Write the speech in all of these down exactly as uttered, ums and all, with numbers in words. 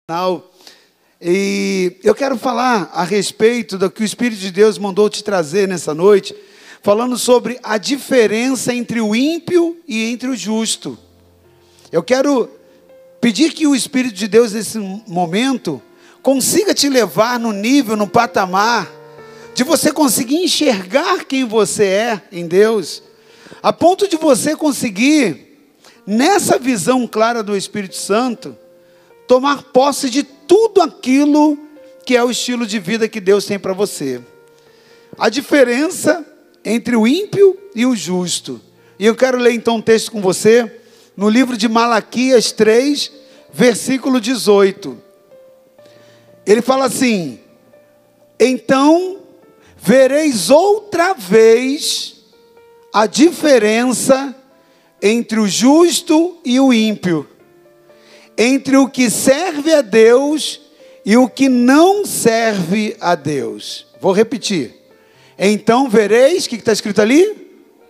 E eu quero falar a respeito do que o Espírito de Deus mandou te trazer nessa noite, falando sobre a diferença entre o ímpio e entre o justo. Eu quero pedir que o Espírito de Deus nesse momento consiga te levar no nível, no patamar de você conseguir enxergar quem você é em Deus, a ponto de você conseguir, nessa visão clara do Espírito Santo, tomar posse de tudo aquilo que é o estilo de vida que Deus tem para você. A diferença entre o ímpio e o justo. E eu quero ler então um texto com você, no livro de Malaquias três, versículo dezoito. Ele fala assim: então vereis outra vez a diferença entre o justo e o ímpio, entre o que serve a Deus e o que não serve a Deus. Vou repetir. Então vereis, o que está escrito ali?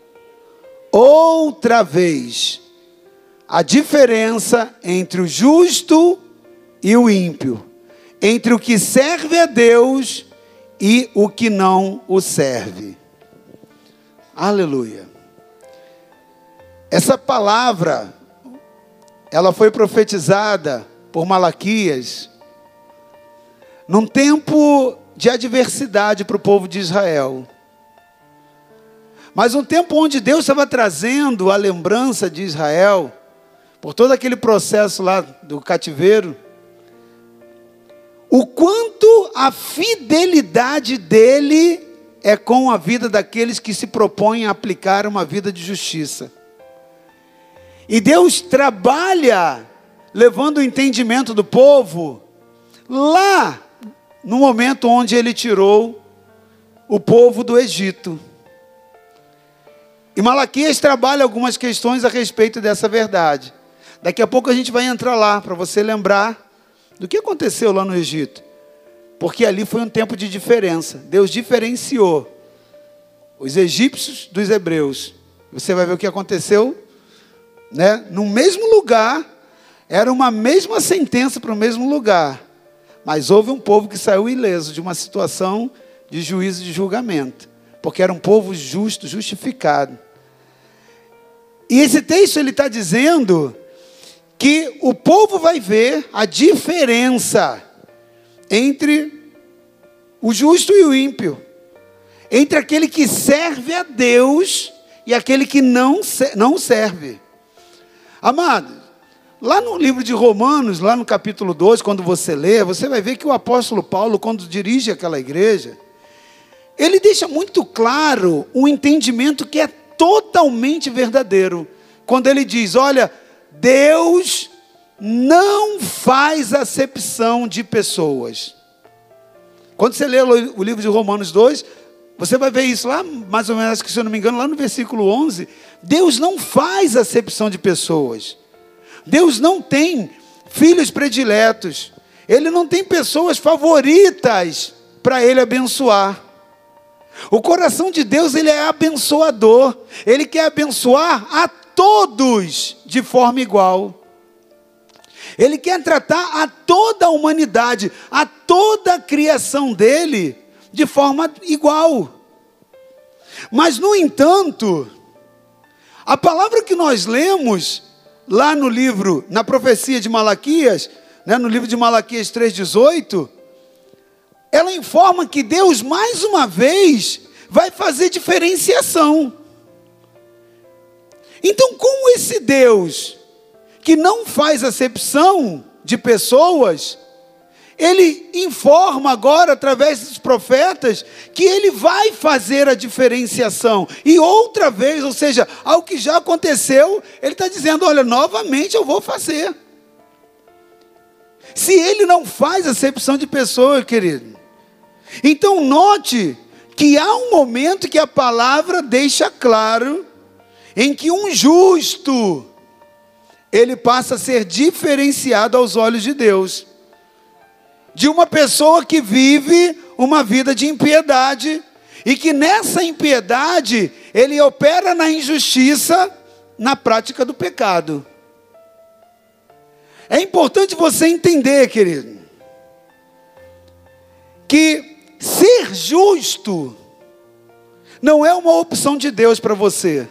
Outra vez, a diferença entre o justo e o ímpio, entre o que serve a Deus e o que não o serve. Aleluia. Essa palavra, ela foi profetizada por Malaquias num tempo de adversidade para o povo de Israel. Mas um tempo onde Deus estava trazendo a lembrança de Israel, por todo aquele processo lá do cativeiro, o quanto a fidelidade dele é com a vida daqueles que se propõem a aplicar uma vida de justiça. E Deus trabalha levando o entendimento do povo lá no momento onde Ele tirou o povo do Egito. E Malaquias trabalha algumas questões a respeito dessa verdade. Daqui a pouco a gente vai entrar lá para você lembrar do que aconteceu lá no Egito. Porque ali foi um tempo de diferença. Deus diferenciou os egípcios dos hebreus. Você vai ver o que aconteceu. Né? No mesmo lugar, era uma mesma sentença para o mesmo lugar, mas houve um povo que saiu ileso de uma situação de juízo e de julgamento, porque era um povo justo, justificado. E esse texto ele está dizendo que o povo vai ver a diferença entre o justo e o ímpio, entre aquele que serve a Deus e aquele que não, não serve. Amado, lá no livro de Romanos, lá no capítulo dois, quando você lê, você vai ver que o apóstolo Paulo, quando dirige aquela igreja, ele deixa muito claro um entendimento que é totalmente verdadeiro. Quando ele diz, olha, Deus não faz acepção de pessoas. Quando você lê o livro de Romanos dois, você vai ver isso lá, mais ou menos, se eu não me engano, lá no versículo onze. Deus não faz acepção de pessoas. Deus não tem filhos prediletos. Ele não tem pessoas favoritas para Ele abençoar. O coração de Deus, Ele é abençoador. Ele quer abençoar a todos de forma igual. Ele quer tratar a toda a humanidade, a toda a criação dEle de forma igual. Mas, no entanto, a palavra que nós lemos lá no livro, na profecia de Malaquias, né, no livro de Malaquias três, dezoito, ela informa que Deus, mais uma vez, vai fazer diferenciação. Então, como esse Deus, que não faz acepção de pessoas, Ele informa agora, através dos profetas, que Ele vai fazer a diferenciação. E outra vez, ou seja, ao que já aconteceu, Ele está dizendo, olha, novamente eu vou fazer. Se Ele não faz acepção de pessoas, querido, então note que há um momento que a palavra deixa claro, em que um justo, ele passa a ser diferenciado aos olhos de Deus, de uma pessoa que vive uma vida de impiedade, e que nessa impiedade, ele opera na injustiça, na prática do pecado. É importante você entender, querido, que ser justo não é uma opção de Deus para você.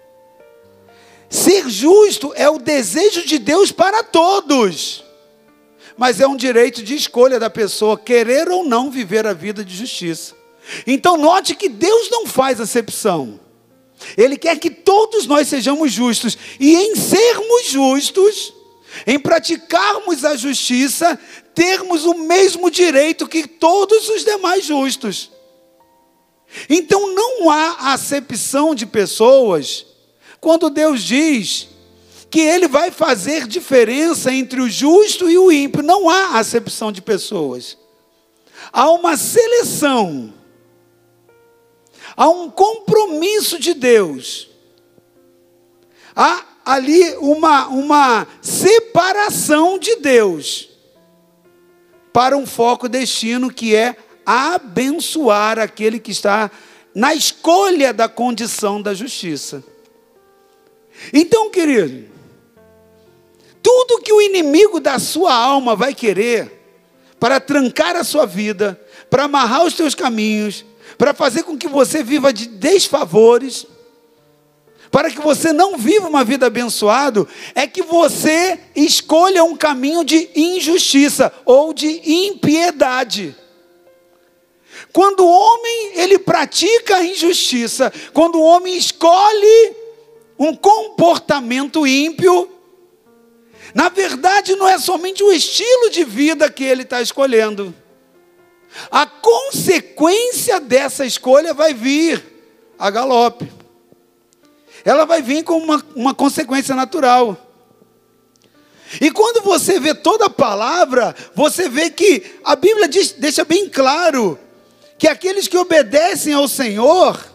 Ser justo é o desejo de Deus para todos, mas é um direito de escolha da pessoa querer ou não viver a vida de justiça. Então note que Deus não faz acepção. Ele quer que todos nós sejamos justos, e em sermos justos, em praticarmos a justiça, termos o mesmo direito que todos os demais justos. Então não há acepção de pessoas quando Deus diz que Ele vai fazer diferença entre o justo e o ímpio. Não há acepção de pessoas. Há uma seleção. Há um compromisso de Deus. Há ali uma, uma separação de Deus para um foco destino que é abençoar aquele que está na escolha da condição da justiça. Então, querido, tudo que o inimigo da sua alma vai querer para trancar a sua vida, para amarrar os teus caminhos, para fazer com que você viva de desfavores, para que você não viva uma vida abençoada, é que você escolha um caminho de injustiça ou de impiedade. Quando o homem, ele pratica a injustiça, quando o homem escolhe um comportamento ímpio, na verdade não é somente o estilo de vida que ele está escolhendo. A consequência dessa escolha vai vir a galope. Ela vai vir com uma, uma consequência natural. E quando você vê toda a palavra, você vê que a Bíblia diz, deixa bem claro que aqueles que obedecem ao Senhor,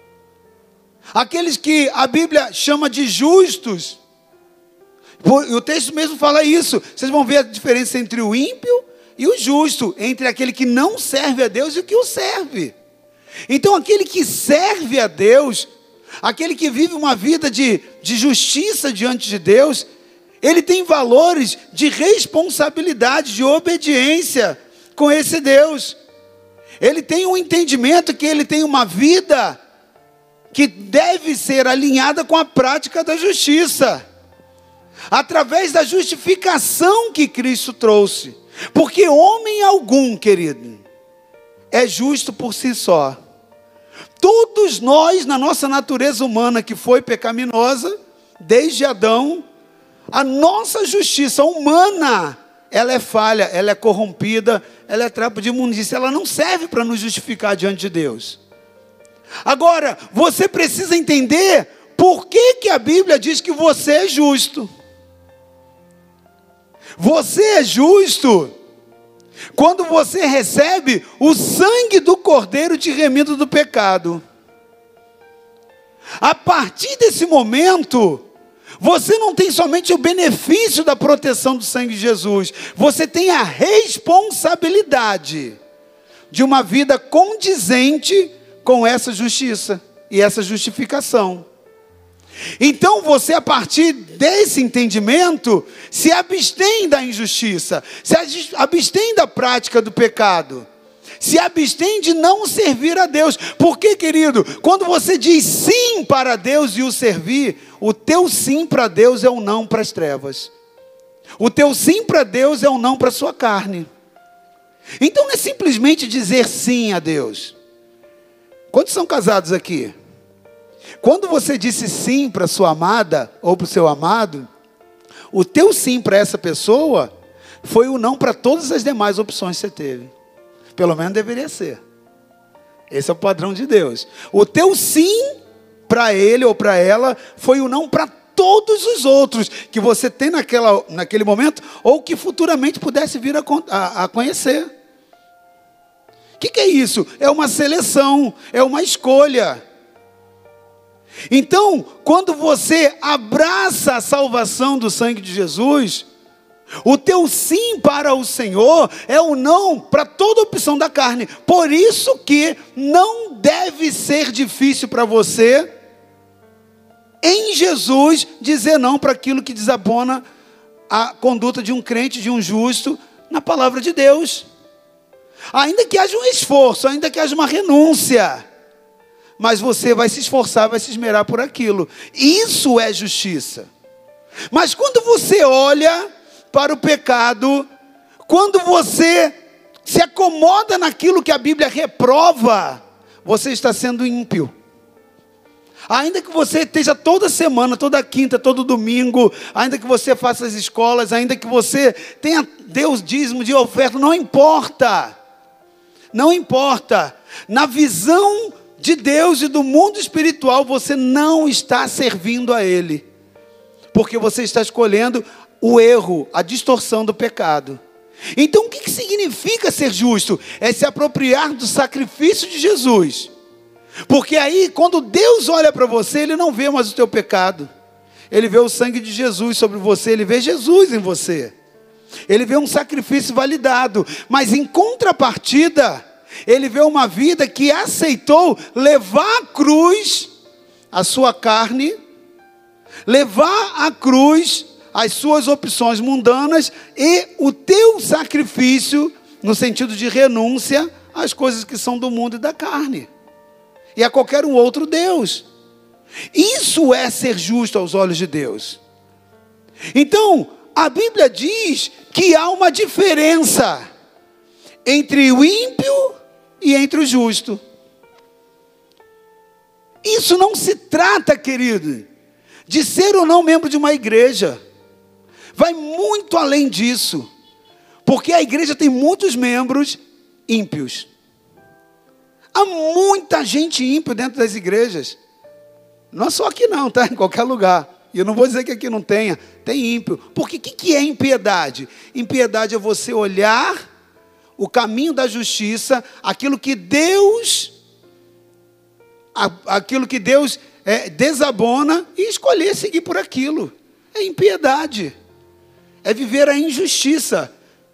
aqueles que a Bíblia chama de justos, o texto mesmo fala isso, vocês vão ver a diferença entre o ímpio e o justo, entre aquele que não serve a Deus e o que o serve. Então aquele que serve a Deus, aquele que vive uma vida de, de justiça diante de Deus, ele tem valores de responsabilidade, de obediência com esse Deus. Ele tem um entendimento que ele tem uma vida que deve ser alinhada com a prática da justiça, através da justificação que Cristo trouxe. Porque homem algum, querido, é justo por si só. Todos nós, na nossa natureza humana que foi pecaminosa, desde Adão, a nossa justiça humana, ela é falha, ela é corrompida, ela é trapo de imundícia, ela não serve para nos justificar diante de Deus. Agora, você precisa entender por que que a Bíblia diz que você é justo. Você é justo quando você recebe o sangue do Cordeiro te remindo do pecado. A partir desse momento, você não tem somente o benefício da proteção do sangue de Jesus, você tem a responsabilidade de uma vida condizente com essa justiça e essa justificação. Então você, a partir desse entendimento, se abstém da injustiça, se abstém da prática do pecado, se abstém de não servir a Deus. Porque, querido, quando você diz sim para Deus e o servir, o teu sim para Deus é um não para as trevas. O teu sim para Deus é um não para a sua carne. Então não é simplesmente dizer sim a Deus. Quantos são casados aqui? Quando você disse sim para sua amada ou para o seu amado, o teu sim para essa pessoa foi o não para todas as demais opções que você teve. Pelo menos deveria ser. Esse é o padrão de Deus. O teu sim para ele ou para ela foi o não para todos os outros que você tem naquela, naquele momento ou que futuramente pudesse vir a, a, a conhecer. O que, que é isso? É uma seleção, é uma escolha. Então, quando você abraça a salvação do sangue de Jesus, o teu sim para o Senhor é o não para toda opção da carne. Por isso que não deve ser difícil para você, em Jesus, dizer não para aquilo que desabona a conduta de um crente, de um justo, na palavra de Deus. Ainda que haja um esforço, ainda que haja uma renúncia, mas você vai se esforçar, vai se esmerar por aquilo. Isso é justiça. Mas quando você olha para o pecado, quando você se acomoda naquilo que a Bíblia reprova, você está sendo ímpio. Ainda que você esteja toda semana, toda quinta, todo domingo, ainda que você faça as escolas, ainda que você tenha Deus dízimo de oferta, não importa. Não importa. Na visão de Deus e do mundo espiritual, você não está servindo a Ele. Porque você está escolhendo o erro, a distorção do pecado. Então o que que significa ser justo? É se apropriar do sacrifício de Jesus. Porque aí, quando Deus olha para você, Ele não vê mais o teu pecado. Ele vê o sangue de Jesus sobre você, Ele vê Jesus em você. Ele vê um sacrifício validado. Mas em contrapartida, Ele vê uma vida que aceitou levar à cruz a sua carne, levar à cruz as suas opções mundanas e o teu sacrifício, no sentido de renúncia às coisas que são do mundo e da carne. E a qualquer um outro Deus. Isso é ser justo aos olhos de Deus. Então, a Bíblia diz que há uma diferença entre o ímpio e entre o justo. Isso não se trata, querido, de ser ou não membro de uma igreja. Vai muito além disso. Porque a igreja tem muitos membros ímpios. Há muita gente ímpio dentro das igrejas. Não é só aqui não, tá? Em qualquer lugar. E eu não vou dizer que aqui não tenha. Tem ímpio. Porque o que, que é impiedade? Impiedade é você olhar o caminho da justiça, aquilo que Deus, aquilo que Deus é, desabona e escolher seguir por aquilo. É impiedade. É viver a injustiça.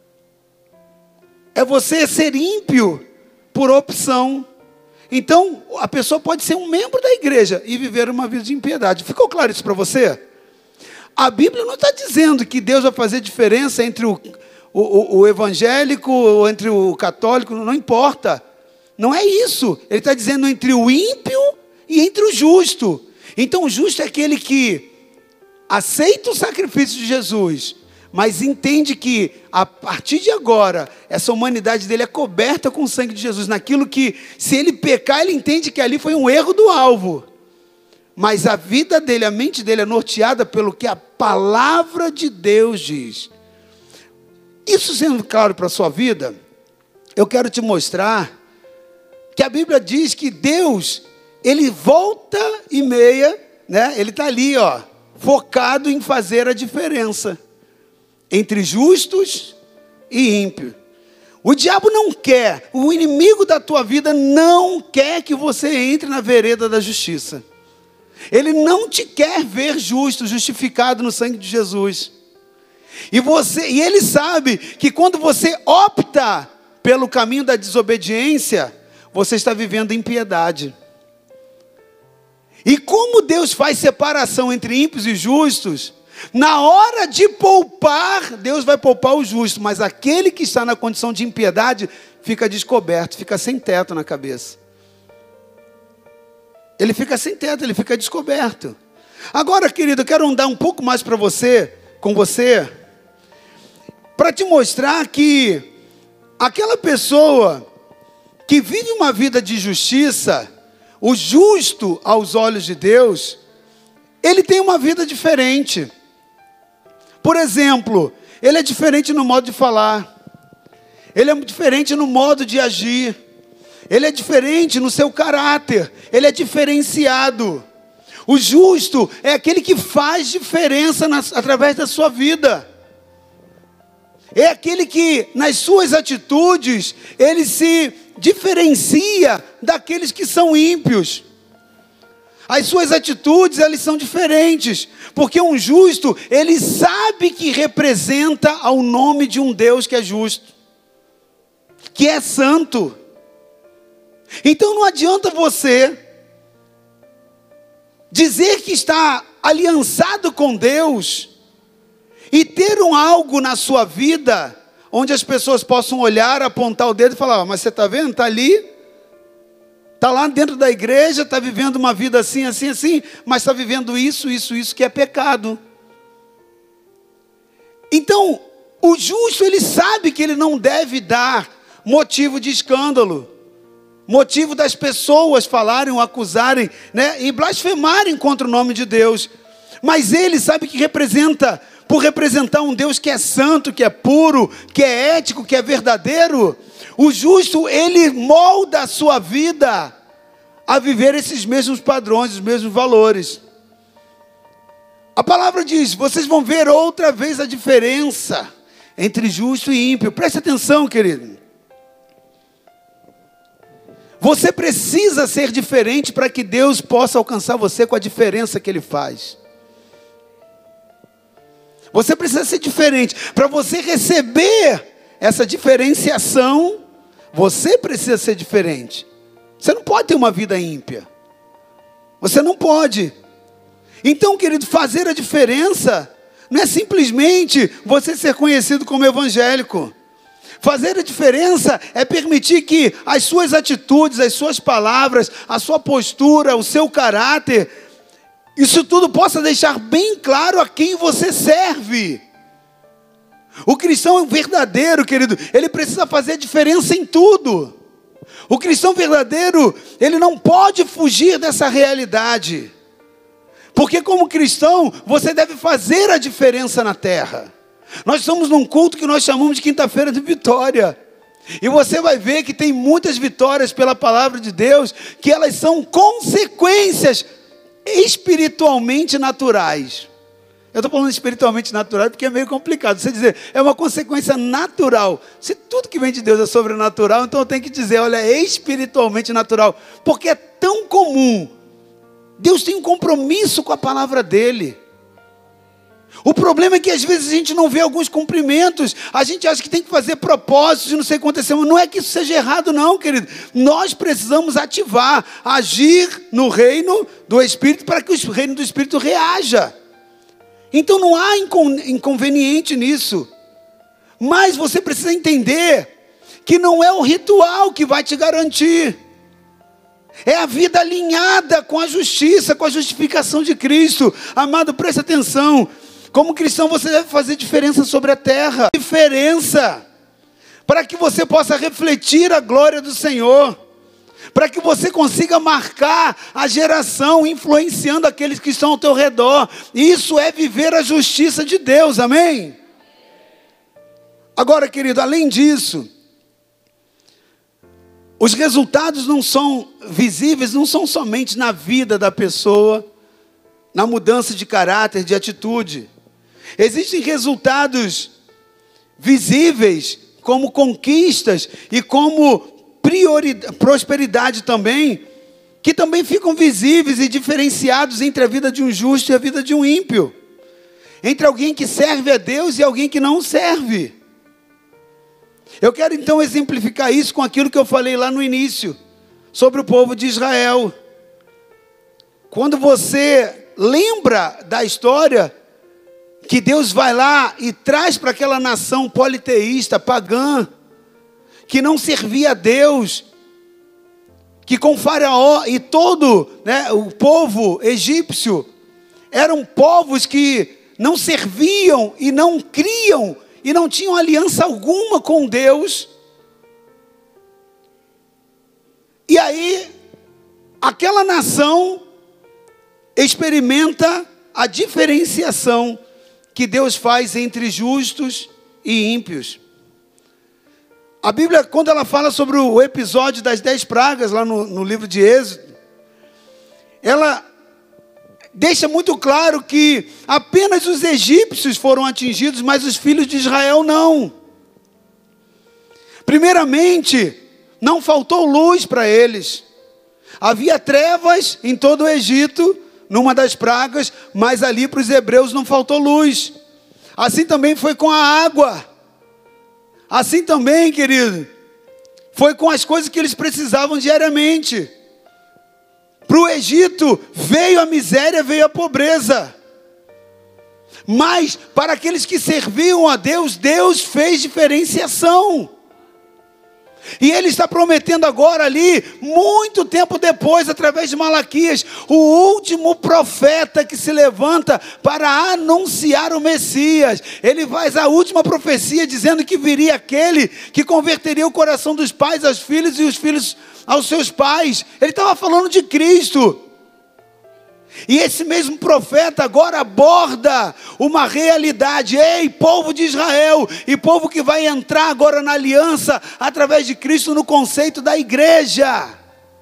É você ser ímpio por opção. Então, a pessoa pode ser um membro da igreja e viver uma vida de impiedade. Ficou claro isso para você? A Bíblia não está dizendo que Deus vai fazer diferença entre o, o, o evangélico ou entre o católico, não importa. Não é isso. Ele está dizendo entre o ímpio e entre o justo. Então, o justo é aquele que aceita o sacrifício de Jesus, mas entende que, a partir de agora, essa humanidade dele é coberta com o sangue de Jesus. Naquilo que, se ele pecar, ele entende que ali foi um erro do alvo. Mas a vida dele, a mente dele é norteada pelo que a palavra de Deus diz. Isso sendo claro para a sua vida, eu quero te mostrar que a Bíblia diz que Deus, Ele volta e meia, né? Ele está ali, ó, focado em fazer a diferença entre justos e ímpios. O diabo não quer, o inimigo da tua vida não quer que você entre na vereda da justiça. Ele não te quer ver justo, justificado no sangue de Jesus. E, você, e ele sabe que quando você opta pelo caminho da desobediência, você está vivendo impiedade. E como Deus faz separação entre ímpios e justos, na hora de poupar, Deus vai poupar o justo, mas aquele que está na condição de impiedade fica descoberto, fica sem teto na cabeça. Ele fica sem teto, ele fica descoberto. Agora, querido, eu quero andar um pouco mais para você, com você, para te mostrar que aquela pessoa que vive uma vida de justiça, o justo aos olhos de Deus, ele tem uma vida diferente. Por exemplo, ele é diferente no modo de falar, ele é diferente no modo de agir, ele é diferente no seu caráter, ele é diferenciado. O justo é aquele que faz diferença nas, através da sua vida. É aquele que, nas suas atitudes, ele se diferencia daqueles que são ímpios. As suas atitudes, elas são diferentes, porque um justo, ele sabe que representa ao nome de um Deus que é justo, que é santo. Então não adianta você dizer que está aliançado com Deus E ter um algo na sua vida, onde as pessoas possam olhar, apontar o dedo e falar, mas você está vendo? Está ali, está lá dentro da igreja, está vivendo uma vida assim, assim, assim, mas está vivendo isso, isso, isso que é pecado. Então, o justo, ele sabe que ele não deve dar motivo de escândalo, motivo das pessoas falarem ou acusarem, né, e blasfemarem contra o nome de Deus. Mas ele sabe que representa, por representar um Deus que é santo, que é puro, que é ético, que é verdadeiro, o justo, ele molda a sua vida a viver esses mesmos padrões, os mesmos valores. A palavra diz, vocês vão ver outra vez a diferença entre justo e ímpio. Preste atenção, querido. Você precisa ser diferente para que Deus possa alcançar você com a diferença que Ele faz. Você precisa ser diferente. Para você receber essa diferenciação, você precisa ser diferente. Você não pode ter uma vida ímpia. Você não pode. Então, querido, fazer a diferença não é simplesmente você ser conhecido como evangélico. Fazer a diferença é permitir que as suas atitudes, as suas palavras, a sua postura, o seu caráter, isso tudo possa deixar bem claro a quem você serve. O cristão verdadeiro, querido, ele precisa fazer a diferença em tudo. O cristão verdadeiro, ele não pode fugir dessa realidade. Porque como cristão, você deve fazer a diferença na terra. Nós estamos num culto que nós chamamos de quinta-feira de vitória. E você vai ver que tem muitas vitórias pela palavra de Deus, que elas são consequências espiritualmente naturais. Eu estou falando espiritualmente natural porque é meio complicado. Você dizer, é uma consequência natural. Se tudo que vem de Deus é sobrenatural, então eu tenho que dizer, olha, é espiritualmente natural. Porque é tão comum. Deus tem um compromisso com a palavra dele. O problema é que às vezes a gente não vê alguns cumprimentos. A gente acha que tem que fazer propósitos e não sei quantas semanas. Não é que isso seja errado não, querido. Nós precisamos ativar, agir no reino do Espírito para que o reino do Espírito reaja. Então não há inconveniente nisso. Mas você precisa entender que não é o ritual que vai te garantir. É a vida alinhada com a justiça, com a justificação de Cristo. Amado, preste atenção. Como cristão você deve fazer diferença sobre a terra. Diferença. Para que você possa refletir a glória do Senhor. Para que você consiga marcar a geração, influenciando aqueles que estão ao teu redor. Isso é viver a justiça de Deus, amém? Agora, querido, além disso, os resultados não são visíveis, não são somente na vida da pessoa, na mudança de caráter, de atitude. Existem resultados visíveis, como conquistas e como prioridade, prosperidade também, que também ficam visíveis e diferenciados entre a vida de um justo e a vida de um ímpio. Entre alguém que serve a Deus e alguém que não serve. Eu quero então exemplificar isso com aquilo que eu falei lá no início, sobre o povo de Israel. Quando você lembra da história, que Deus vai lá e traz para aquela nação politeísta, pagã, que não servia a Deus, que com Faraó e todo, né, o povo egípcio, eram povos que não serviam e não criam, e não tinham aliança alguma com Deus. E aí, aquela nação experimenta a diferenciação que Deus faz entre justos e ímpios. A Bíblia, quando ela fala sobre o episódio das dez pragas, lá no, no livro de Êxodo, ela deixa muito claro que apenas os egípcios foram atingidos, mas os filhos de Israel não. Primeiramente, não faltou luz para eles. Havia trevas em todo o Egito, numa das pragas, mas ali para os hebreus não faltou luz. Assim também foi com a água. Assim também, querido, foi com as coisas que eles precisavam diariamente. Para o Egito veio a miséria, veio a pobreza. Mas para aqueles que serviam a Deus, Deus fez diferenciação. E Ele está prometendo agora ali, muito tempo depois, através de Malaquias, o último profeta que se levanta para anunciar o Messias. Ele faz a última profecia dizendo que viria aquele que converteria o coração dos pais aos filhos e os filhos aos seus pais. Ele estava falando de Cristo. E esse mesmo profeta agora aborda uma realidade. Ei, povo de Israel, e povo que vai entrar agora na aliança através de Cristo no conceito da igreja.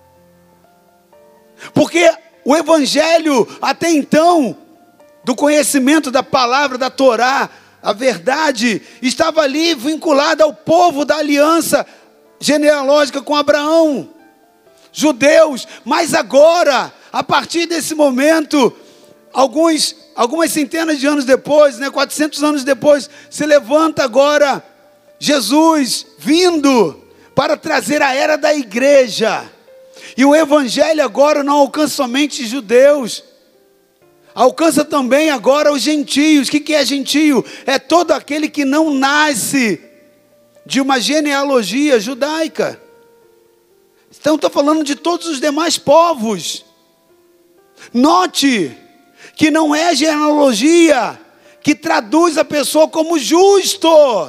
Porque o evangelho até então, do conhecimento da palavra, da Torá, a verdade, estava ali vinculada ao povo da aliança genealógica com Abraão, judeus. Mas agora, a partir desse momento, alguns, algumas centenas de anos depois, né, quatrocentos anos depois, se levanta agora Jesus vindo para trazer a era da igreja. E o evangelho agora não alcança somente judeus, alcança também agora os gentios. O que, que é gentio? É todo aquele que não nasce de uma genealogia judaica. Então estou falando de todos os demais povos. Note que não é a genealogia que traduz a pessoa como justo.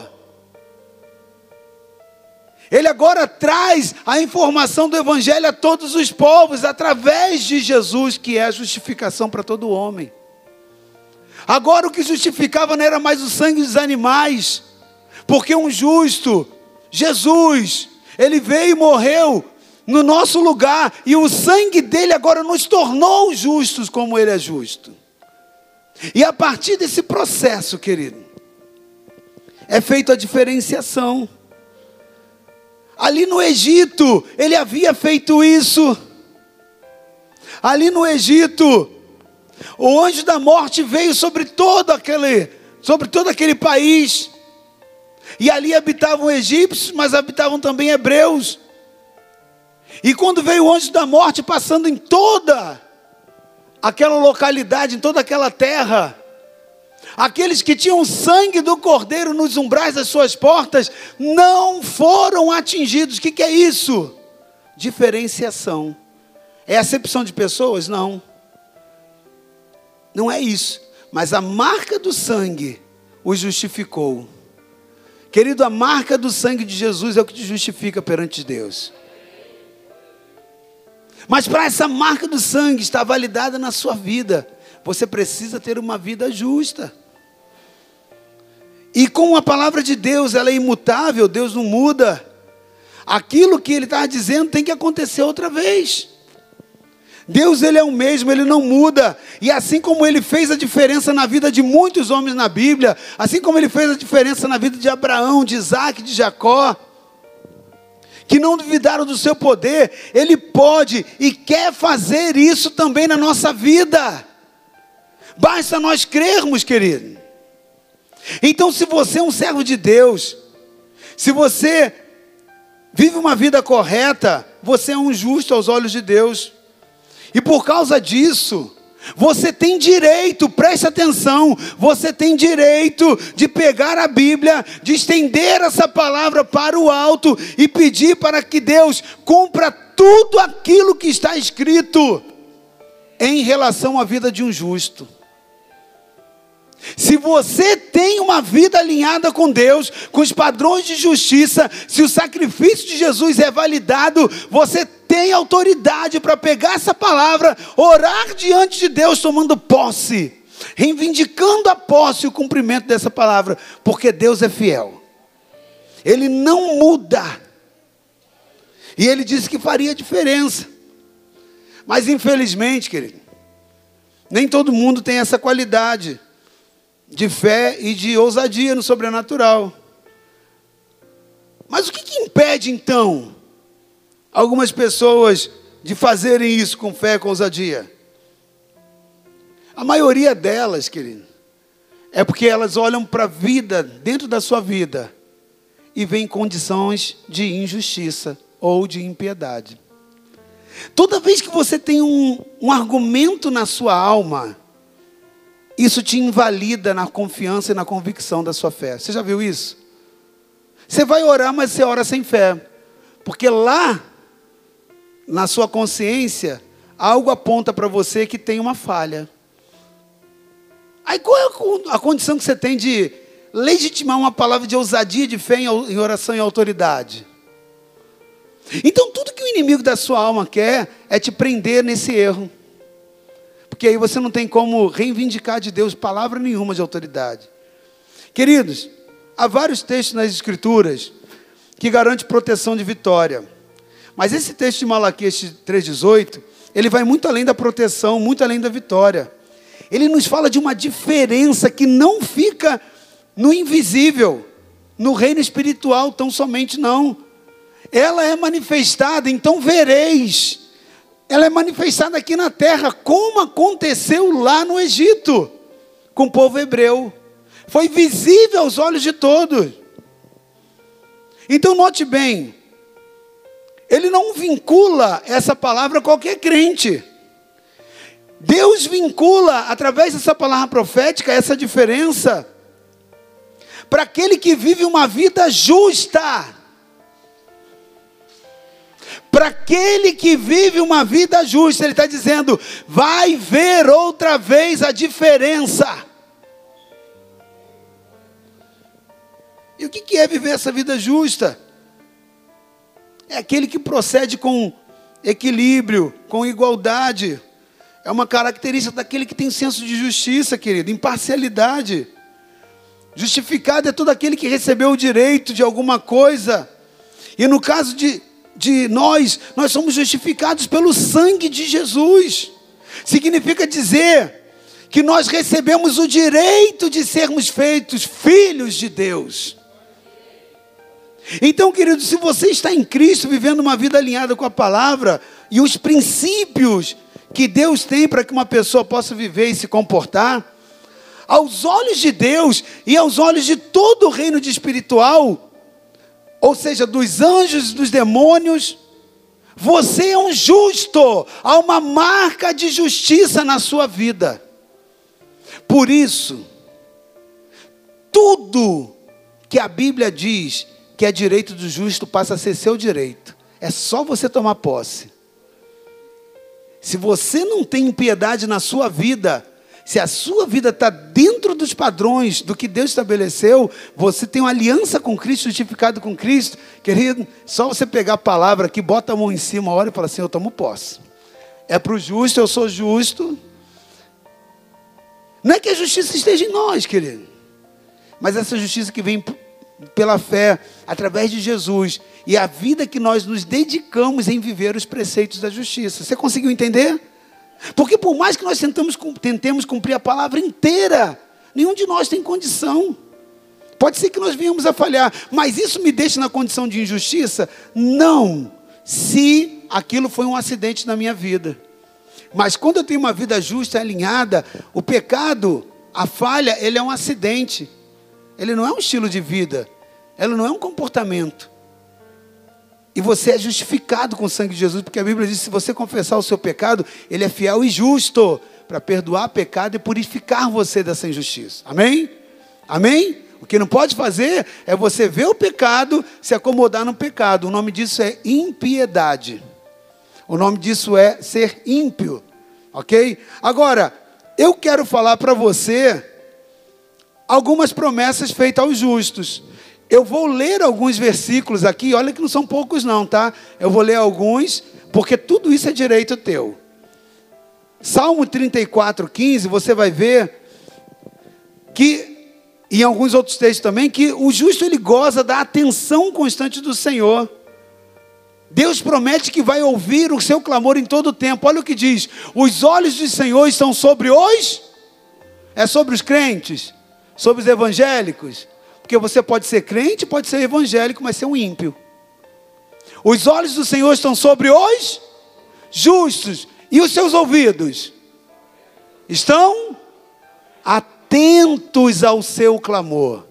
Ele agora traz a informação do evangelho a todos os povos, através de Jesus, que é a justificação para todo homem. Agora o que justificava não era mais o sangue dos animais, porque um justo, Jesus, ele veio e morreu no nosso lugar, e o sangue dele agora nos tornou justos como ele é justo. E a partir desse processo, querido, é feita a diferenciação. Ali no Egito, ele havia feito isso. Ali no Egito, o anjo da morte veio sobre todo aquele, sobre todo aquele país. E ali habitavam egípcios, mas habitavam também hebreus. E quando veio o anjo da morte passando em toda aquela localidade, em toda aquela terra, aqueles que tinham sangue do cordeiro nos umbrais das suas portas, não foram atingidos. O que, que é isso? Diferenciação. É acepção de pessoas? Não. Não é isso. Mas a marca do sangue os justificou. Querido, a marca do sangue de Jesus é o que te justifica perante Deus. Mas para essa marca do sangue estar validada na sua vida, você precisa ter uma vida justa. E com a palavra de Deus, ela é imutável, Deus não muda. Aquilo que Ele está dizendo tem que acontecer outra vez. Deus, Ele é o mesmo, Ele não muda. E assim como Ele fez a diferença na vida de muitos homens na Bíblia, assim como Ele fez a diferença na vida de Abraão, de Isaac, de Jacó, que não duvidaram do seu poder, Ele pode e quer fazer isso também na nossa vida. Basta nós crermos, querido. Então, se você é um servo de Deus, se você vive uma vida correta, você é um justo aos olhos de Deus. E por causa disso, você tem direito, preste atenção, você tem direito de pegar a Bíblia, de estender essa palavra para o alto e pedir para que Deus cumpra tudo aquilo que está escrito em relação à vida de um justo. Se você tem uma vida alinhada com Deus, com os padrões de justiça, se o sacrifício de Jesus é validado, você tem autoridade para pegar essa palavra, orar diante de Deus tomando posse, reivindicando a posse e o cumprimento dessa palavra, porque Deus é fiel. Ele não muda. E Ele disse que faria diferença. Mas infelizmente, querido, nem todo mundo tem essa qualidade de fé e de ousadia no sobrenatural. Mas o que, que impede então algumas pessoas de fazerem isso com fé e com ousadia? A maioria delas, querido, é porque elas olham para a vida, dentro da sua vida, e veem condições de injustiça ou de impiedade. Toda vez que você tem um, um argumento na sua alma isso te invalida na confiança e na convicção da sua fé. Você já viu isso? Você vai orar, mas você ora sem fé. Porque lá, na sua consciência, algo aponta para você que tem uma falha. Aí qual é a condição que você tem de legitimar uma palavra de ousadia, de fé em oração e autoridade? Então tudo que o inimigo da sua alma quer é te prender nesse erro. Porque aí você não tem como reivindicar de Deus palavra nenhuma de autoridade. Queridos, há vários textos nas Escrituras que garantem proteção de vitória. Mas esse texto de Malaquias três, dezoito, ele vai muito além da proteção, muito além da vitória. Ele nos fala de uma diferença que não fica no invisível, no reino espiritual tão somente não. Ela é manifestada, então vereis. Ela é manifestada aqui na terra, como aconteceu lá no Egito, com o povo hebreu. Foi visível aos olhos de todos. Então note bem, ele não vincula essa palavra a qualquer crente. Deus vincula, através dessa palavra profética, essa diferença para aquele que vive uma vida justa. Para aquele que vive uma vida justa, ele está dizendo, vai ver outra vez a diferença. E o que é viver essa vida justa? É aquele que procede com equilíbrio, com igualdade. É uma característica daquele que tem senso de justiça, querido, imparcialidade. Justificado é todo aquele que recebeu o direito de alguma coisa. E no caso de, de nós, nós somos justificados pelo sangue de Jesus. Significa dizer que nós recebemos o direito de sermos feitos filhos de Deus. Então, querido, se você está em Cristo, vivendo uma vida alinhada com a palavra e os princípios que Deus tem para que uma pessoa possa viver e se comportar, aos olhos de Deus e aos olhos de todo o reino de espiritual, ou seja, dos anjos e dos demônios, você é um justo, há uma marca de justiça na sua vida. Por isso, tudo que a Bíblia diz que é direito do justo passa a ser seu direito. É só você tomar posse. Se você não tem impiedade na sua vida, se a sua vida está dentro dos padrões do que Deus estabeleceu, você tem uma aliança com Cristo, justificado com Cristo, querido, só você pegar a palavra aqui, bota a mão em cima, ora e fala assim, eu tomo posse. É para o justo, eu sou justo. Não é que a justiça esteja em nós, querido, mas essa justiça que vem pela fé, através de Jesus, e a vida que nós nos dedicamos em viver os preceitos da justiça. Você conseguiu entender? Porque por mais que nós tentamos, tentemos cumprir a palavra inteira, nenhum de nós tem condição. Pode ser que nós venhamos a falhar, mas isso me deixa na condição de injustiça? Não, se aquilo foi um acidente na minha vida. Mas quando eu tenho uma vida justa e alinhada, o pecado, a falha, ele é um acidente. Ele não é um estilo de vida. Ele não é um comportamento. E você é justificado com o sangue de Jesus, porque a Bíblia diz que se você confessar o seu pecado, Ele é fiel e justo para perdoar pecado e purificar você dessa injustiça. Amém? Amém? O que não pode fazer é você ver o pecado, se acomodar no pecado. O nome disso é impiedade. O nome disso é ser ímpio. Ok? Agora, eu quero falar para você algumas promessas feitas aos justos. Eu vou ler alguns versículos aqui, olha que não são poucos não, tá? Eu vou ler alguns, porque tudo isso é direito teu. Salmo trinta e quatro, quinze, você vai ver que, e em alguns outros textos também, que o justo ele goza da atenção constante do Senhor. Deus promete que vai ouvir o seu clamor em todo o tempo. Olha o que diz, os olhos do Senhor estão sobre os... É sobre os crentes? Sobre os evangélicos? Porque você pode ser crente, pode ser evangélico, mas ser um ímpio. Os olhos do Senhor estão sobre os justos. E os seus ouvidos? Estão atentos ao seu clamor.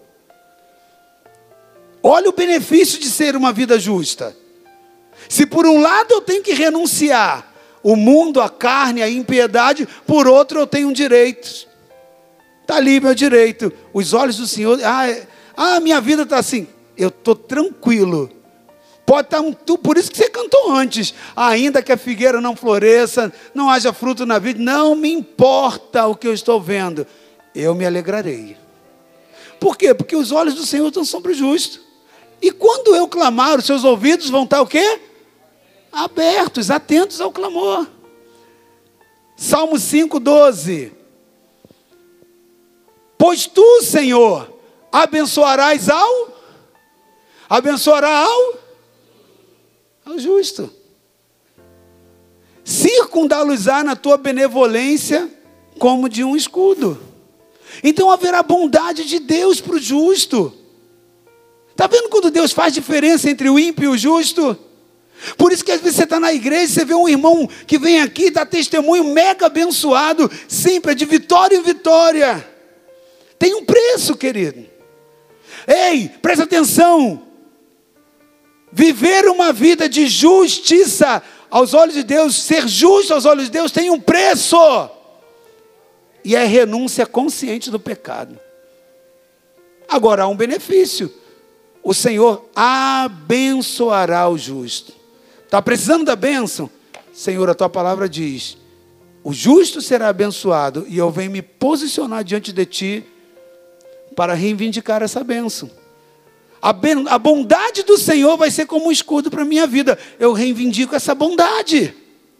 Olha o benefício de ser uma vida justa. Se por um lado eu tenho que renunciar o mundo, a carne, a impiedade, por outro eu tenho direitos. está ali meu direito. Os olhos do Senhor, ah, é, ah minha vida está assim. Eu estou tranquilo. Pode estar um, por isso que você cantou antes. Ainda que a figueira não floresça, não haja fruto na vida, não me importa o que eu estou vendo. Eu me alegrarei. Por quê? Porque os olhos do Senhor estão sobre o justo. E quando eu clamar, os seus ouvidos vão estar o quê? Abertos, atentos ao clamor. Salmo cinco, doze. Pois tu, Senhor, abençoarás ao... Abençoará ao... ao justo. Circundá-los-á na tua benevolência como de um escudo. Então haverá bondade de Deus para o justo. Está vendo quando Deus faz diferença entre o ímpio e o justo? Por isso que às vezes você está na igreja, você vê um irmão que vem aqui, dá testemunho mega abençoado, sempre é de vitória em vitória. Tem um preço, querido. Ei, presta atenção. Viver uma vida de justiça aos olhos de Deus, ser justo aos olhos de Deus, tem um preço. E é renúncia consciente do pecado. Agora há um benefício. O Senhor abençoará o justo. Está precisando da bênção? Senhor, a tua palavra diz, o justo será abençoado, e eu venho me posicionar diante de ti para reivindicar essa bênção. A, ben, a bondade do Senhor vai ser como um escudo para a minha vida. Eu reivindico essa bondade.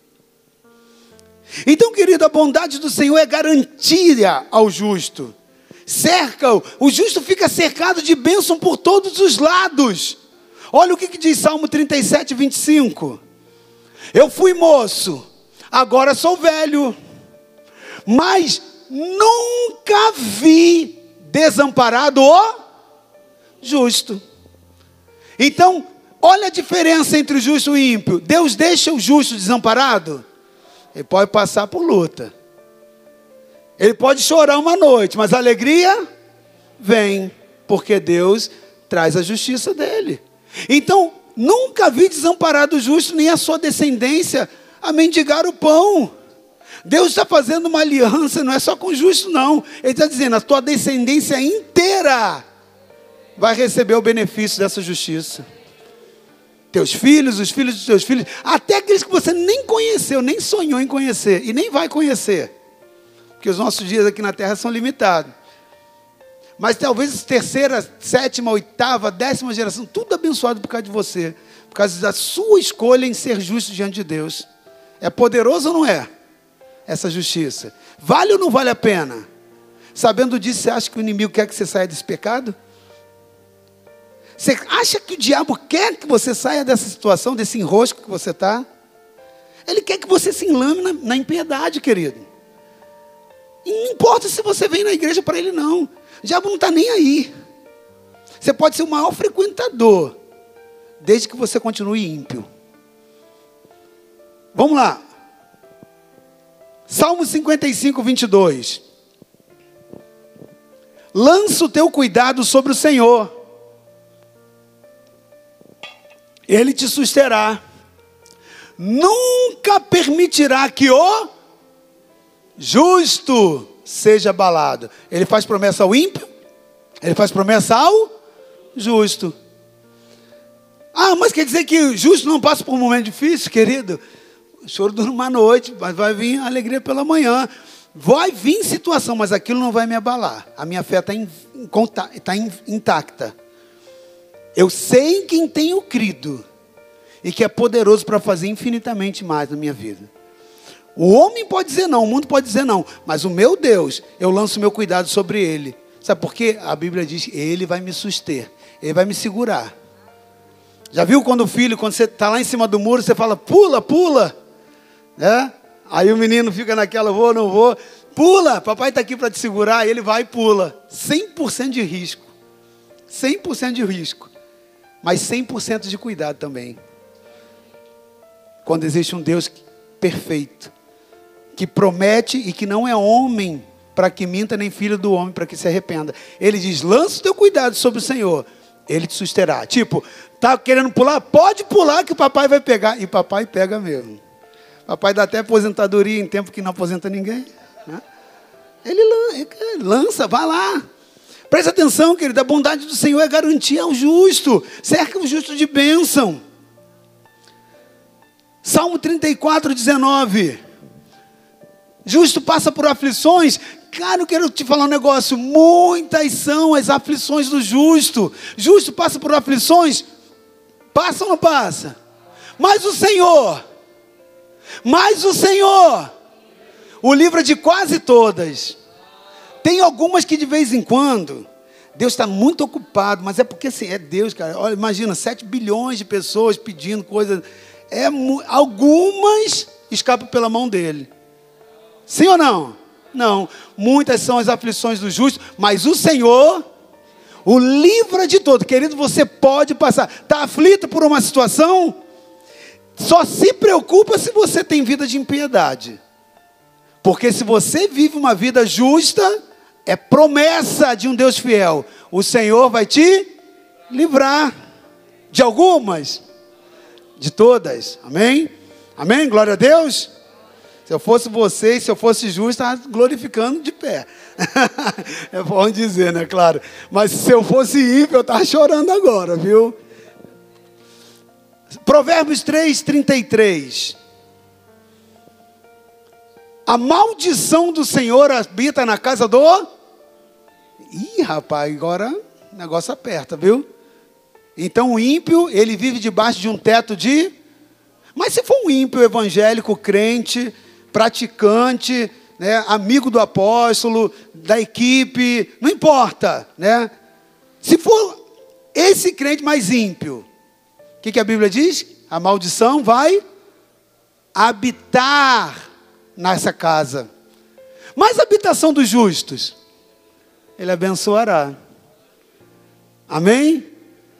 Então, querido, a bondade do Senhor é garantia ao justo. Cerca-o. O justo fica cercado de bênção por todos os lados. Olha o que, que diz Salmo trinta e sete, vinte e cinco. Eu fui moço, agora sou velho, mas nunca vi desamparado o justo. Então, olha a diferença entre o justo e o ímpio. Deus deixa o justo desamparado? Ele pode passar por luta. Ele pode chorar uma noite, mas a alegria vem, porque Deus traz a justiça dele. Então, nunca vi desamparado o justo, nem a sua descendência a mendigar o pão. Deus está fazendo uma aliança, não é só com o justo não. Ele está dizendo, a tua descendência inteira vai receber o benefício dessa justiça. Teus filhos, os filhos dos teus filhos, até aqueles que você nem conheceu, nem sonhou em conhecer, e nem vai conhecer. Porque os nossos dias aqui na terra são limitados. Mas talvez terceira, sétima, oitava, décima geração, tudo abençoado por causa de você. Por causa da sua escolha em ser justo diante de Deus. É poderoso ou não é? Essa justiça. Vale ou não vale a pena? Sabendo disso, você acha que o inimigo quer que você saia desse pecado? Você acha que o diabo quer que você saia dessa situação, desse enrosco que você está? Ele quer que você se enlame na, na impiedade, querido. E não importa se você vem na igreja para ele, não. O diabo não está nem aí. Você pode ser o maior frequentador, desde que você continue ímpio. Vamos lá. Salmo cinquenta e cinco, vinte e dois. Lança o teu cuidado sobre o Senhor. Ele te susterá. Nunca permitirá que o justo seja abalado. Ele faz promessa ao ímpio. Ele faz promessa ao justo. Ah, mas quer dizer que o justo não passa por um momento difícil, querido? O choro dura uma noite, mas vai vir a alegria pela manhã. Vai vir situação, mas aquilo não vai me abalar. A minha fé está in, tá in, intacta. Eu sei em quem tenho crido e que é poderoso para fazer infinitamente mais na minha vida. O homem pode dizer não, o mundo pode dizer não, mas o meu Deus, eu lanço o meu cuidado sobre ele. Sabe por quê? A Bíblia diz, ele vai me suster, ele vai me segurar. Já viu quando o filho, quando você está lá em cima do muro, você fala, pula, pula, né? Aí o menino fica naquela, vou, não vou, pula, papai está aqui para te segurar, e ele vai e pula. cem por cento de risco, cem por cento de risco, mas cem por cento de cuidado também. Quando existe um Deus perfeito, que promete e que não é homem para que minta, nem filho do homem para que se arrependa. Ele diz, lança o teu cuidado sobre o Senhor, ele te susterá. Tipo, tá querendo pular? Pode pular que o papai vai pegar. E papai pega mesmo. Papai dá até aposentadoria em tempo que não aposenta ninguém, né? Ele lança, vai lá. Presta atenção, querido, a bondade do Senhor é garantia ao justo. Cerca o justo de bênção. Salmo trinta e quatro, dezenove. Justo passa por aflições. Cara, eu quero te falar um negócio. Muitas são as aflições do justo. Justo passa por aflições. Passa ou não passa? Mas o Senhor, mas o Senhor o livra de quase todas. Tem algumas que de vez em quando Deus está muito ocupado, mas é porque assim, é Deus, cara. Olha, imagina, sete bilhões de pessoas pedindo coisas. É, algumas escapam pela mão dele. Sim ou não? Não. Muitas são as aflições do justo, mas o Senhor o livra de todo. Querido, você pode passar. Está aflito por uma situação? Só se preocupa se você tem vida de impiedade. Porque se você vive uma vida justa, é promessa de um Deus fiel. O Senhor vai te livrar de algumas, de todas. Amém? Amém? Glória a Deus. Se eu fosse você, se eu fosse justo, estava glorificando de pé. É bom dizer, né? Claro. Mas se eu fosse ímpio, eu estava chorando agora, viu? Provérbios três, trinta e três. A maldição do Senhor habita na casa do... Ih, rapaz, agora o negócio aperta, viu? Então o ímpio, ele vive debaixo de um teto de... Mas se for um ímpio evangélico, crente, praticante, né, amigo do apóstolo, da equipe, não importa, né? Se for esse crente mais ímpio, o que, que a Bíblia diz? A maldição vai habitar nessa casa. Mas a habitação dos justos, ele abençoará. Amém?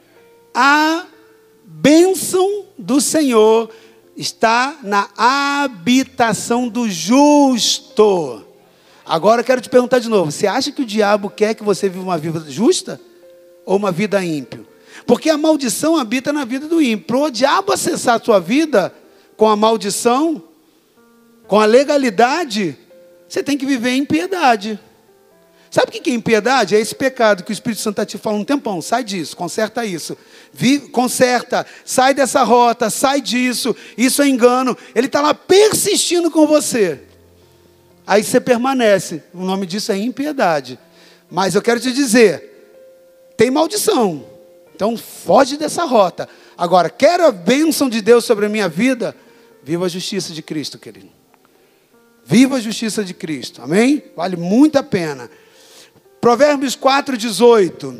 A bênção do Senhor está na habitação do justo. Agora eu quero te perguntar de novo. Você acha que o diabo quer que você viva uma vida justa? Ou uma vida ímpio? Porque a maldição habita na vida do ímpio. Para o diabo acessar a sua vida com a maldição, com a legalidade, você tem que viver em piedade. Sabe o que é impiedade? É esse pecado que o Espírito Santo está te falando um tempão. Sai disso, conserta isso. Vive, conserta, sai dessa rota, sai disso. Isso é engano. Ele está lá persistindo com você. Aí você permanece. O nome disso é impiedade. Mas eu quero te dizer, tem maldição. Então foge dessa rota. Agora, quero a bênção de Deus sobre a minha vida? Viva a justiça de Cristo, querido. Viva a justiça de Cristo. Amém? Vale muito a pena. Provérbios quatro, dezoito.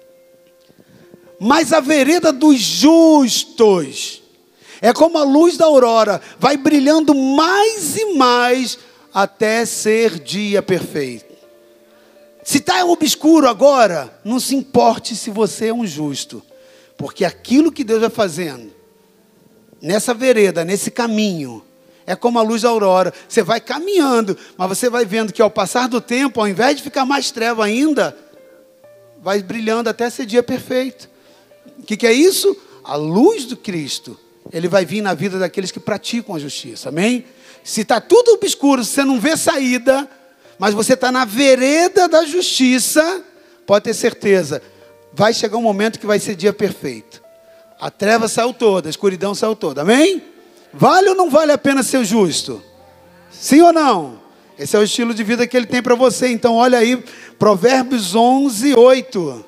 Mas a vereda dos justos é como a luz da aurora, vai brilhando mais e mais até ser dia perfeito. Se está obscuro agora, não se importe se você é um justo, porque aquilo que Deus vai fazendo nessa vereda, nesse caminho, é como a luz da aurora. Você vai caminhando, mas você vai vendo que ao passar do tempo, ao invés de ficar mais treva ainda, vai brilhando até ser dia perfeito. O que, que é isso? A luz do Cristo. Ele vai vir na vida daqueles que praticam a justiça. Amém? Se está tudo obscuro, se você não vê saída, mas você está na vereda da justiça, pode ter certeza, vai chegar um momento que vai ser dia perfeito. A treva saiu toda, a escuridão saiu toda. Amém? Vale ou não vale a pena ser justo? Sim ou não? Esse é o estilo de vida que ele tem para você. Então olha aí, Provérbios onze, oito.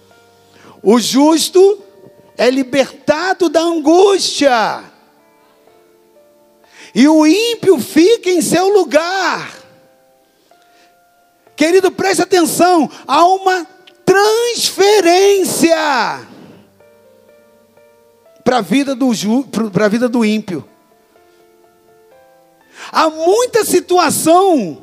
O justo é libertado da angústia, e o ímpio fica em seu lugar. Querido, preste atenção, há uma transferência para a vida do ju, para a vida do ímpio. Há muita situação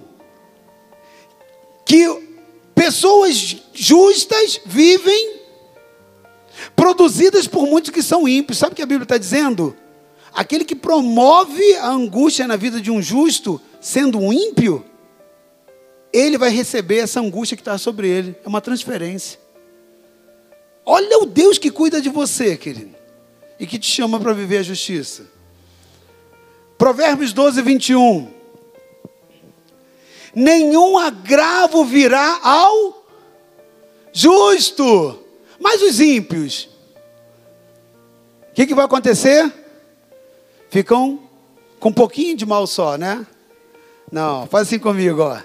que pessoas justas vivem, produzidas por muitos que são ímpios. Sabe o que a Bíblia está dizendo? Aquele que promove a angústia na vida de um justo, sendo um ímpio, ele vai receber essa angústia que está sobre ele. É uma transferência. Olha o Deus que cuida de você, querido, e que te chama para viver a justiça. Provérbios doze, vinte e um. nenhum agravo virá ao justo. Mas os ímpios, o que, que vai acontecer? Ficam com um pouquinho de mal só, né? Não, faz assim comigo, ó.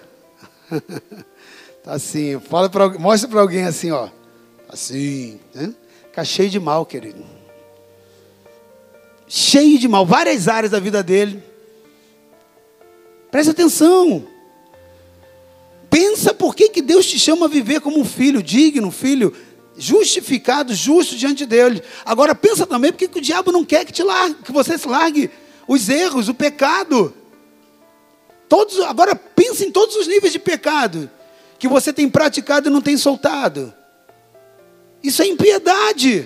Tá assim, fala pra, mostra para alguém assim, ó. Assim, né? Fica cheio de mal, querido. Cheio de mal, várias áreas da vida dele. Preste atenção. Pensa por que, que Deus te chama a viver como um filho digno, um filho justificado, justo diante dele. Agora pensa também por que, que o diabo não quer que, te largue, que você se largue os erros, o pecado. Todos, agora pensa em todos os níveis de pecado que você tem praticado e não tem soltado. Isso é impiedade.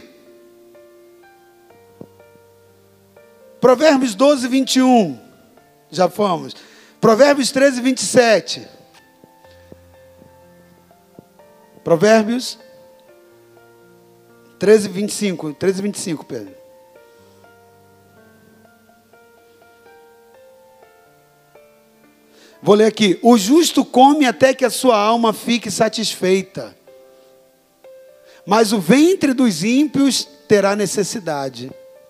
Provérbios doze, vinte e um. Já fomos. Provérbios treze, vinte e sete. Provérbios treze, vinte e cinco. treze, vinte e cinco, Pedro. Vou ler aqui. O justo come até que a sua alma fique satisfeita, mas o ventre dos ímpios terá necessidade.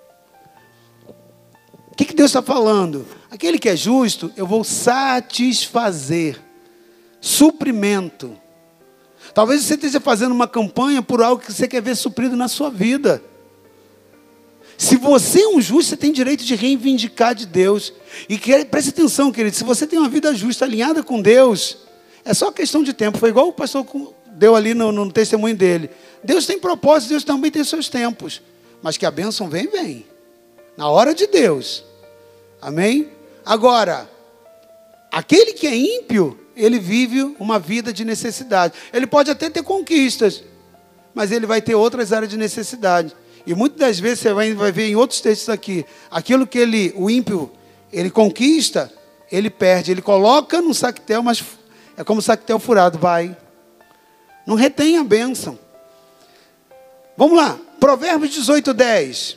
O que, que Deus está falando? Aquele que é justo, eu vou satisfazer. Suprimento. Talvez você esteja fazendo uma campanha por algo que você quer ver suprido na sua vida. Se você é um justo, você tem direito de reivindicar de Deus. E que, preste atenção, querido, se você tem uma vida justa, alinhada com Deus, é só questão de tempo. Foi igual o pastor deu ali no, no testemunho dele. Deus tem propósito, Deus também tem seus tempos. Mas que a bênção vem, vem. Na hora de Deus. Amém? Agora, aquele que é ímpio, ele vive uma vida de necessidade. Ele pode até ter conquistas, mas ele vai ter outras áreas de necessidade. E muitas das vezes você vai, vai ver em outros textos aqui, aquilo que ele, o ímpio, ele conquista, ele perde. Ele coloca num sactel, mas é como sactel furado, vai. Não retém a bênção. Vamos lá, Provérbios dezoito, dez.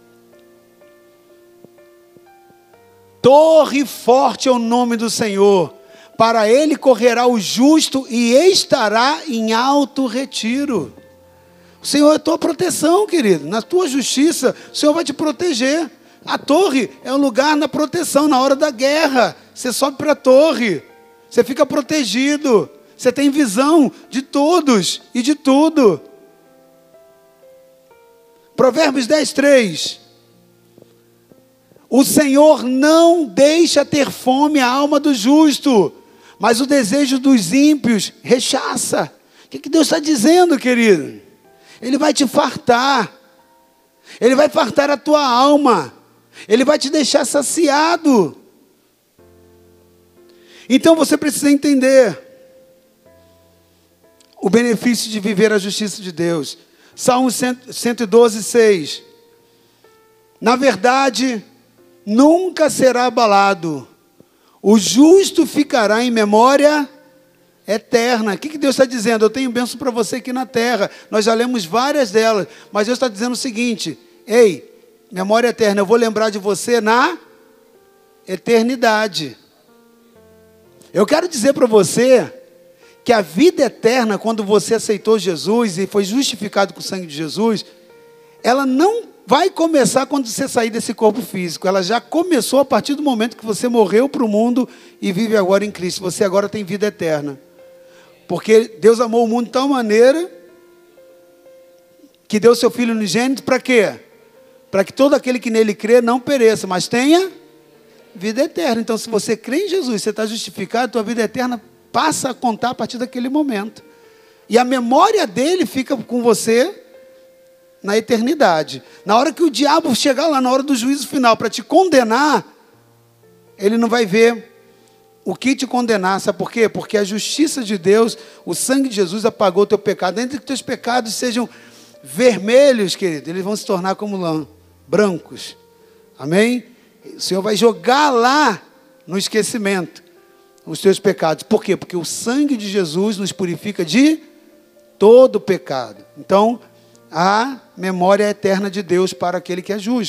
Torre forte é o nome do Senhor, para ele correrá o justo e estará em alto retiro. O Senhor é a tua proteção, querido. Na tua justiça, o Senhor vai te proteger. A torre é um lugar na proteção, na hora da guerra. Você sobe para a torre, você fica protegido. Você tem visão de todos e de tudo. Provérbios dez, três. O Senhor não deixa ter fome a alma do justo, mas o desejo dos ímpios rechaça. O que, que Deus está dizendo, querido? Ele vai te fartar. Ele vai fartar a tua alma. Ele vai te deixar saciado. Então você precisa entender o benefício de viver a justiça de Deus. Salmo cento e doze, seis. Na verdade, nunca será abalado. O justo ficará em memória eterna. O que, que Deus está dizendo? Eu tenho bênção para você aqui na terra. Nós já lemos várias delas. Mas Deus está dizendo o seguinte: ei, memória eterna, eu vou lembrar de você na eternidade. Eu quero dizer para você que a vida eterna, quando você aceitou Jesus e foi justificado com o sangue de Jesus, ela não vai começar quando você sair desse corpo físico. Ela já começou a partir do momento que você morreu para o mundo e vive agora em Cristo. Você agora tem vida eterna. Porque Deus amou o mundo de tal maneira que deu seu Filho unigênito para quê? Para que todo aquele que nele crê não pereça, mas tenha vida eterna. Então, se você crê em Jesus, você está justificado, tua vida eterna passa a contar a partir daquele momento. E a memória dele fica com você na eternidade. Na hora que o diabo chegar lá, na hora do juízo final, para te condenar, ele não vai ver o que te condenar. Sabe por quê? Porque a justiça de Deus, o sangue de Jesus apagou o teu pecado. Entre que teus pecados sejam vermelhos, querido, eles vão se tornar como lã, brancos. Amém? O Senhor vai jogar lá no esquecimento os teus pecados. Por quê? Porque o sangue de Jesus nos purifica de todo pecado. Então, a memória eterna de Deus para aquele que é justo.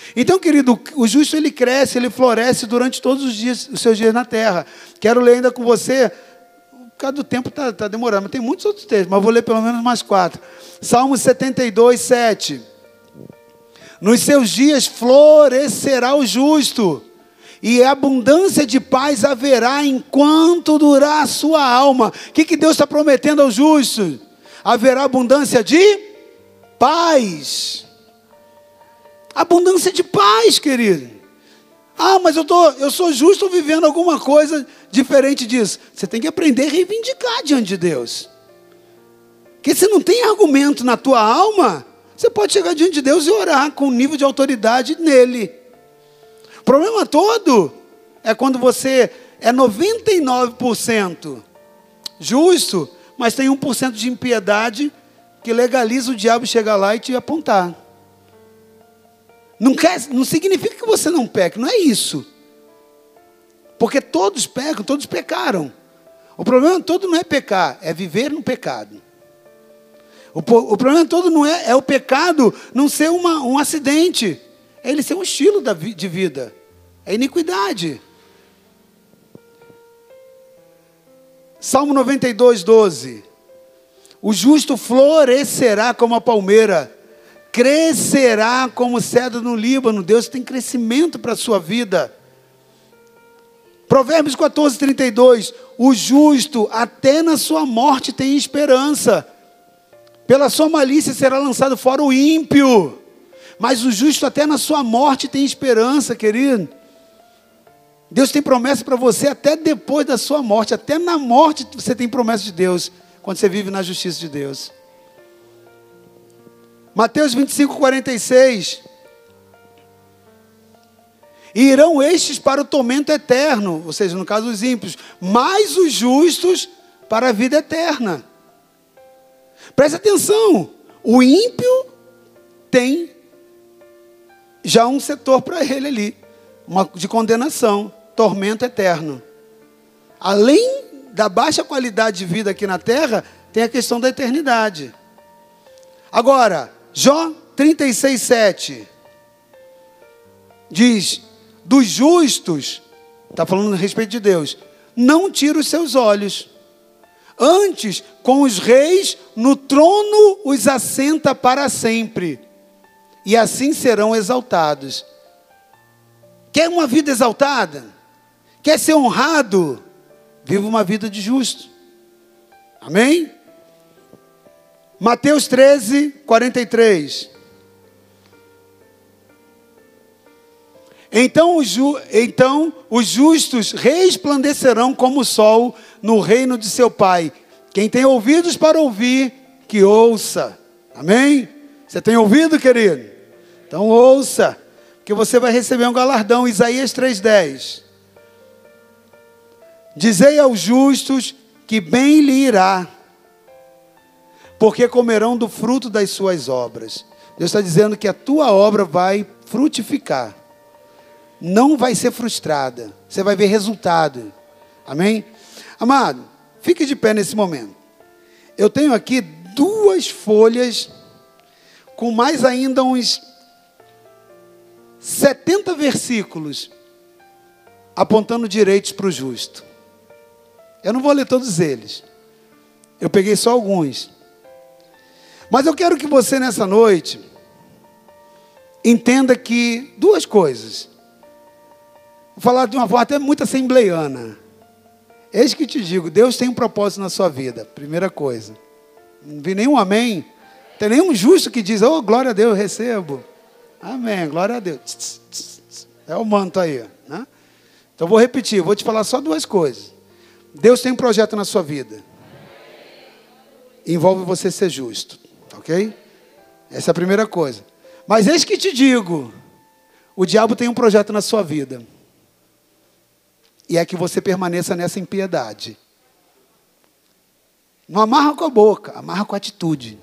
Então, querido, o justo ele cresce, ele floresce durante todos os dias, os seus dias na terra. Quero ler ainda com você, por causa do tempo está tá demorando, mas tem muitos outros textos, mas vou ler pelo menos mais quatro. Salmo setenta e dois, sete. Nos seus dias florescerá o justo, e abundância de paz haverá enquanto durar a sua alma. O que, que Deus está prometendo aos justos? Haverá abundância de paz. Abundância de paz, querido. Ah, mas eu, tô, eu sou justo vivendo alguma coisa diferente disso. Você tem que aprender a reivindicar diante de Deus. Porque se não tem argumento na tua alma, você pode chegar diante de Deus e orar com um nível de autoridade nele. O problema todo é quando você é noventa e nove por cento justo, mas tem um por cento de impiedade que legaliza o diabo chegar lá e te apontar. Não, quer, não significa que você não peque, não é isso. Porque todos pecam, todos pecaram. O problema todo não é pecar, é viver no pecado. O, o problema todo não é, é o pecado não ser uma, um acidente. É ele ser um estilo da, de vida. É iniquidade. Salmo noventa e dois, doze. O justo florescerá como a palmeira, crescerá como cedro no Líbano. Deus tem crescimento para a sua vida. Provérbios quatorze, trinta e dois. O justo até na sua morte tem esperança. Pela sua malícia será lançado fora o ímpio. Mas o justo até na sua morte tem esperança, querido. Deus tem promessa para você até depois da sua morte. Até na morte você tem promessa de Deus. Quando você vive na justiça de Deus. Mateus vinte e cinco, quarenta e seis. E irão estes para o tormento eterno. Ou seja, no caso os ímpios. Mas os justos para a vida eterna. Preste atenção. O ímpio tem já um setor para ele ali. Uma, de condenação. Tormento eterno. Além da baixa qualidade de vida aqui na terra, tem a questão da eternidade. Agora, Jó trinta e seis, sete. Diz, dos justos, está falando a respeito de Deus, não tira os seus olhos. Antes, com os reis, no trono os assenta para sempre. E assim serão exaltados. Quer uma vida exaltada? Quer ser honrado? Viva uma vida de justo. Amém? Mateus treze, quarenta e três. Então os, ju, então os justos resplandecerão como o sol no reino de seu Pai. Quem tem ouvidos para ouvir, que ouça. Amém? Você tem ouvido, querido? Então ouça, que você vai receber um galardão. Isaías três, dez. Dizei aos justos que bem lhe irá, porque comerão do fruto das suas obras. Deus está dizendo que a tua obra vai frutificar. Não vai ser frustrada. Você vai ver resultado. Amém? Amado, fique de pé nesse momento. Eu tenho aqui duas folhas com mais ainda uns setenta versículos apontando direitos para o justo. Eu não vou ler todos eles. Eu peguei só alguns. Mas eu quero que você nessa noite entenda que duas coisas. Vou falar de uma forma até muito assembleiana. Eis que te digo, Deus tem um propósito na sua vida. Primeira coisa. Não vi nenhum amém. Não tem nenhum justo que diz, oh, glória a Deus, eu recebo. Amém, glória a Deus. É o manto aí, né? Então vou repetir, vou te falar só duas coisas. Deus tem um projeto na sua vida. Envolve você ser justo. Ok? Essa é a primeira coisa. Mas eis que te digo, o diabo tem um projeto na sua vida. E é que você permaneça nessa impiedade. Não amarra com a boca, amarra com a atitude.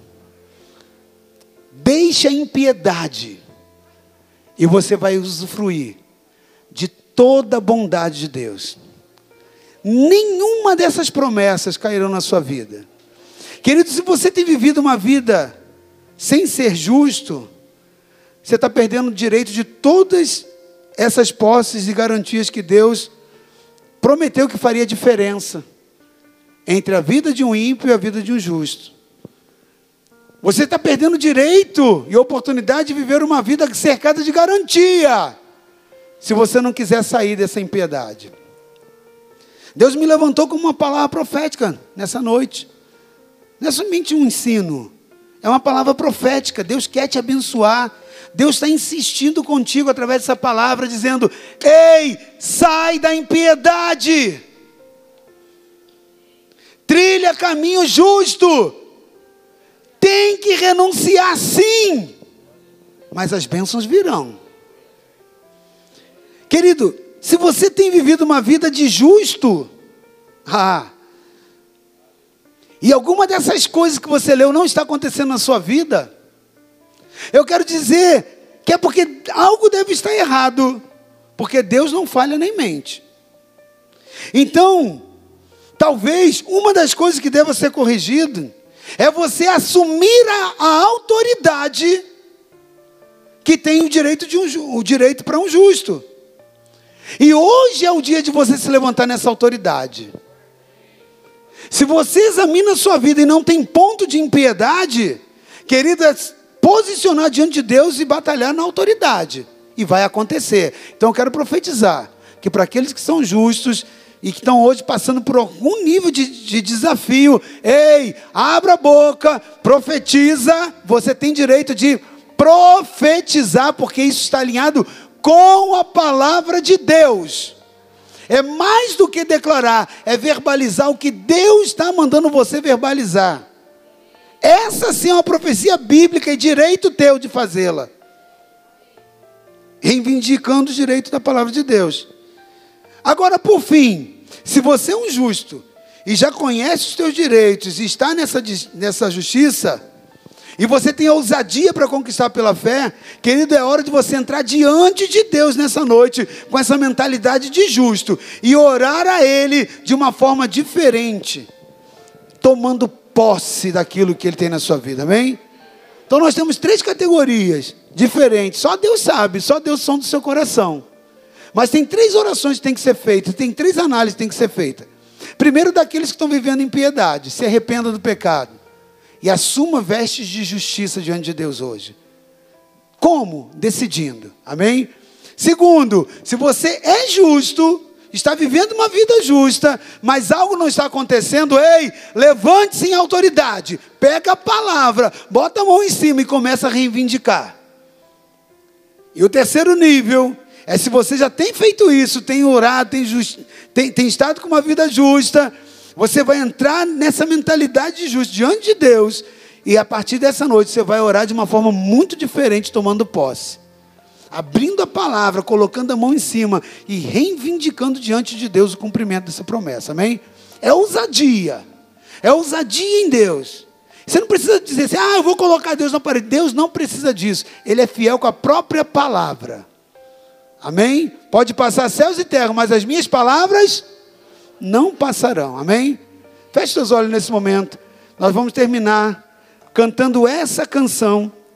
Deixa a impiedade. E você vai usufruir de toda a bondade de Deus. Nenhuma dessas promessas cairão na sua vida. Querido, se você tem vivido uma vida sem ser justo, você está perdendo o direito de todas essas posses e garantias que Deus prometeu que faria diferença entre a vida de um ímpio e a vida de um justo. Você está perdendo o direito e a oportunidade de viver uma vida cercada de garantia, se você não quiser sair dessa impiedade. Deus me levantou com uma palavra profética nessa noite. Não é somente um ensino, é uma palavra profética. Deus quer te abençoar. Deus está insistindo contigo através dessa palavra, dizendo: ei, sai da impiedade, trilha caminho justo, tem que renunciar sim, mas as bênçãos virão. Querido, se você tem vivido uma vida de justo, ah, e alguma dessas coisas que você leu não está acontecendo na sua vida, eu quero dizer que é porque algo deve estar errado, porque Deus não falha nem mente. Então, talvez uma das coisas que deva ser corrigida é você assumir a, a autoridade que tem o direito, de um, o direito para um justo. E hoje é o dia de você se levantar nessa autoridade. Se você examina a sua vida e não tem ponto de impiedade, querido, é posicionar diante de Deus e batalhar na autoridade. E vai acontecer. Então eu quero profetizar que para aqueles que são justos e que estão hoje passando por algum nível de, de desafio, ei, abra a boca, profetiza. Você tem direito de profetizar, porque isso está alinhado com a palavra de Deus. É mais do que declarar, é verbalizar o que Deus está mandando você verbalizar. Essa sim é uma profecia bíblica e direito teu de fazê-la, reivindicando o direito da palavra de Deus. Agora, por fim, se você é um justo e já conhece os teus direitos e está nessa, nessa justiça, e você tem ousadia para conquistar pela fé, querido, é hora de você entrar diante de Deus nessa noite, com essa mentalidade de justo, e orar a Ele de uma forma diferente, tomando posse daquilo que Ele tem na sua vida, amém? Então nós temos três categorias diferentes, só Deus sabe, só Deus sonda o seu coração. Mas tem três orações que tem que ser feitas, tem três análises que tem que ser feitas. Primeiro, daqueles que estão vivendo em piedade, se arrependa do pecado e assuma vestes de justiça diante de Deus hoje. Como? Decidindo, amém? Segundo, se você é justo, está vivendo uma vida justa, mas algo não está acontecendo, ei, levante-se em autoridade, pega a palavra, bota a mão em cima e começa a reivindicar. E o terceiro nível é se você já tem feito isso, tem orado, tem, just, tem, tem estado com uma vida justa, você vai entrar nessa mentalidade de justo diante de Deus, e a partir dessa noite você vai orar de uma forma muito diferente, tomando posse, abrindo a palavra, colocando a mão em cima e reivindicando diante de Deus o cumprimento dessa promessa, amém? É ousadia, é ousadia em Deus. Você não precisa dizer assim: ah, eu vou colocar Deus na parede. Deus não precisa disso, Ele é fiel com a própria palavra, amém? Pode passar céus e terra, mas as minhas palavras não passarão, amém? Feche seus olhos nesse momento. Nós vamos terminar cantando essa canção